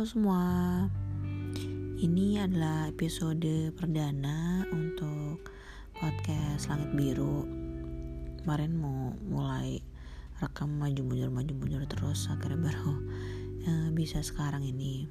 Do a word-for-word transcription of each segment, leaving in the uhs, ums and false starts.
Halo semua, ini adalah episode perdana untuk podcast Langit Biru. Kemarin mau mulai rekam maju mundur maju mundur terus, akhirnya baru uh, bisa sekarang ini.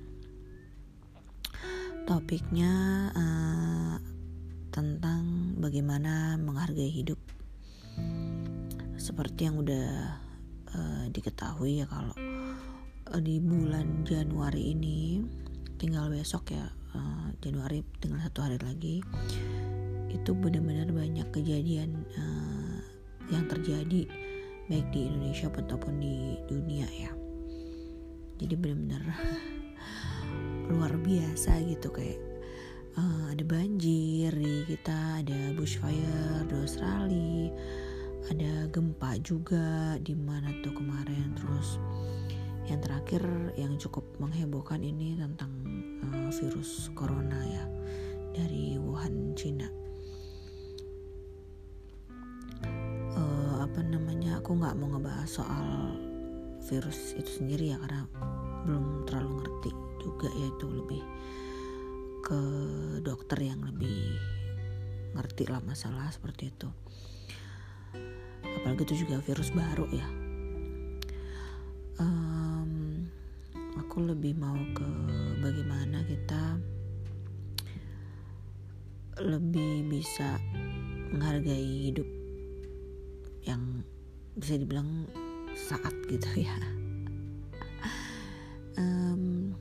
Topiknya uh, tentang bagaimana menghargai hidup. Seperti yang udah uh, diketahui ya, kalau di bulan Januari ini, tinggal besok ya, uh, Januari tinggal satu hari lagi, itu benar-benar banyak kejadian uh, yang terjadi baik di Indonesia ataupun di dunia ya. Jadi benar-benar luar biasa gitu, kayak uh, ada banjir di kita, ada bushfire di Australia, ada gempa juga di mana tuh kemarin. Terus yang terakhir yang cukup menghebohkan ini tentang uh, virus corona ya, dari Wuhan, Cina. Uh, apa namanya? Aku nggak mau ngebahas soal virus itu sendiri ya, karena belum terlalu ngerti juga ya, itu lebih ke dokter yang lebih ngerti lah masalah seperti itu. Apalagi itu juga virus baru ya. Um, aku lebih mau ke bagaimana kita lebih bisa menghargai hidup yang bisa dibilang saat gitu ya. um,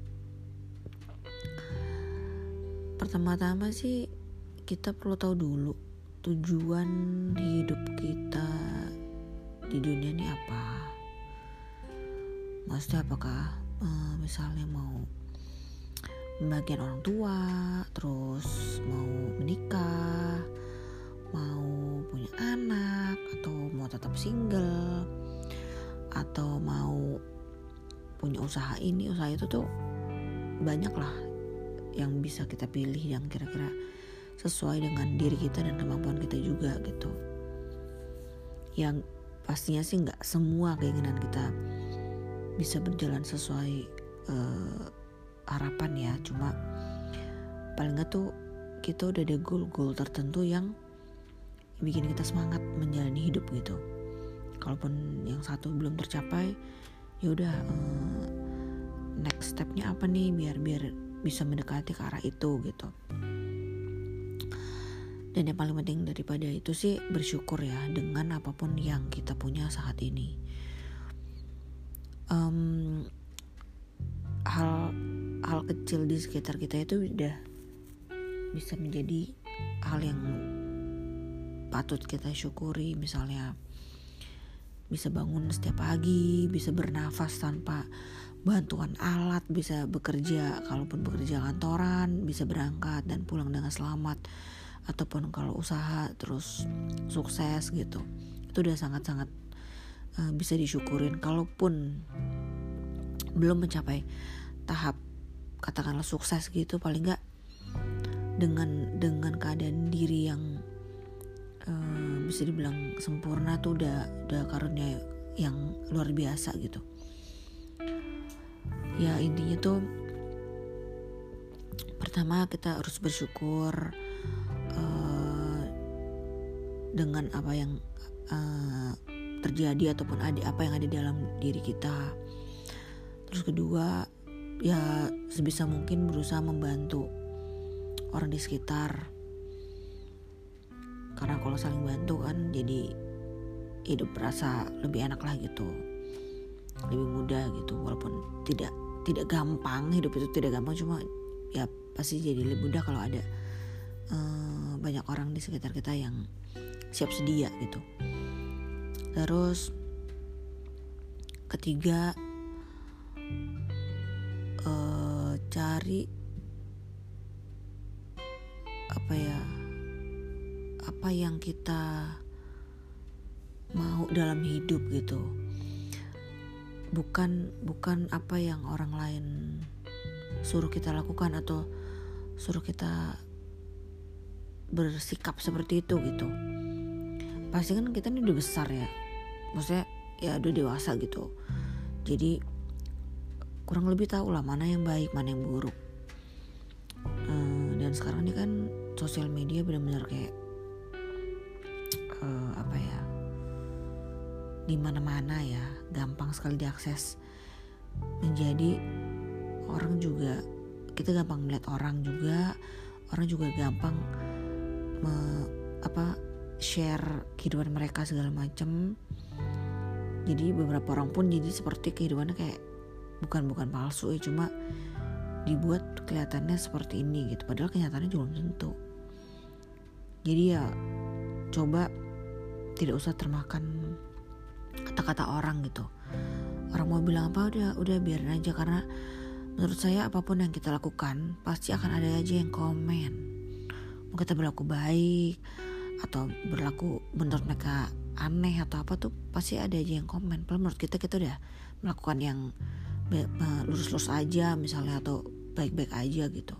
Pertama-tama sih kita perlu tahu dulu tujuan hidup kita di dunia ini apa. Maksudnya apakah uh, misalnya mau membagian orang tua, terus mau menikah, mau punya anak, atau mau tetap single, atau mau punya usaha ini, usaha itu tuh banyak lah yang bisa kita pilih yang kira-kira sesuai dengan diri kita dan kemampuan kita juga gitu. Yang pastinya sih nggak semua keinginan kita bisa berjalan sesuai uh, harapan ya, cuma paling nggak tuh kita udah ada goal-goal tertentu yang bikin kita semangat menjalani hidup gitu. Kalaupun yang satu belum tercapai, ya udah uh, next stepnya apa nih biar biar bisa mendekati ke arah itu gitu. Dan yang paling penting daripada itu sih bersyukur ya dengan apapun yang kita punya saat ini. Um, hal hal kecil di sekitar kita itu udah bisa menjadi hal yang patut kita syukuri. Misalnya bisa bangun setiap pagi, bisa bernafas tanpa bantuan alat, bisa bekerja kalaupun bekerja kantoran, bisa berangkat dan pulang dengan selamat, ataupun kalau usaha terus sukses gitu. Itu udah sangat-sangat uh, bisa disyukurin. Kalaupun belum mencapai tahap katakanlah sukses gitu, paling nggak dengan dengan keadaan diri yang uh, bisa dibilang sempurna tuh udah udah karunia yang luar biasa gitu. Ya intinya tuh pertama kita harus bersyukur uh, dengan apa yang uh, terjadi ataupun ada apa yang ada dalam diri kita. Terus kedua, ya sebisa mungkin berusaha membantu orang di sekitar. Karena kalau saling bantu kan jadi hidup berasa lebih enak lah gitu. Lebih mudah gitu, walaupun tidak tidak gampang, hidup itu tidak gampang, cuma ya pasti jadi lebih mudah kalau ada uh, banyak orang di sekitar kita yang siap sedia gitu. Terus ketiga, Uh, cari apa ya apa yang kita mau dalam hidup gitu, bukan bukan apa yang orang lain suruh kita lakukan atau suruh kita bersikap seperti itu gitu. Pasti kan kita ini udah besar ya, maksudnya ya udah dewasa gitu, jadi kurang lebih tahu lah mana yang baik, mana yang buruk. Uh, dan sekarang ini kan sosial media benar-benar kayak uh, apa ya, di mana-mana ya, gampang sekali diakses. Menjadi orang juga, kita gampang melihat orang juga, orang juga gampang me, apa share kehidupan mereka segala macam. Jadi beberapa orang pun jadi seperti kehidupannya kayak bukan bukan palsu ya, cuma dibuat kelihatannya seperti ini gitu, padahal kenyataannya juga belum tentu. Jadi ya coba tidak usah termakan kata-kata orang gitu. Orang mau bilang apa udah udah biarin aja, karena menurut saya apapun yang kita lakukan pasti akan ada aja yang komen. Mau kita berlaku baik atau berlaku menurut mereka aneh atau apa tuh pasti ada aja yang komen. Padahal menurut kita kita udah melakukan yang lurus-lurus aja misalnya, atau baik-baik aja gitu.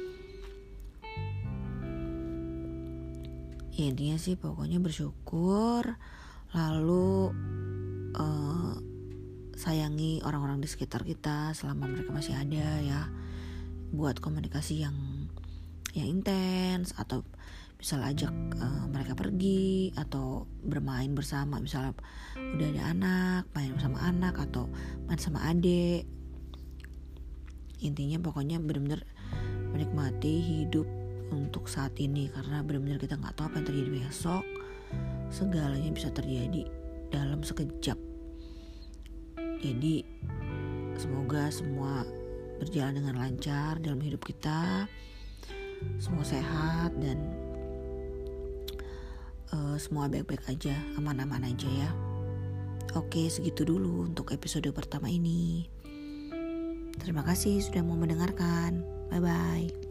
Ya intinya sih pokoknya bersyukur, lalu uh, sayangi orang-orang di sekitar kita selama mereka masih ada ya. Buat komunikasi yang yang intens, atau misalnya ajak uh, mereka pergi atau bermain bersama, misalnya udah ada anak, main bersama anak atau main sama adik. Intinya pokoknya benar-benar menikmati hidup untuk saat ini, karena benar-benar kita nggak tahu apa yang terjadi besok. Segalanya bisa terjadi dalam sekejap. Jadi semoga semua berjalan dengan lancar dalam hidup kita, semua sehat dan uh, semua baik-baik aja, aman-aman aja ya. Oke, segitu dulu untuk episode pertama ini. Terima kasih sudah mau mendengarkan. Bye-bye.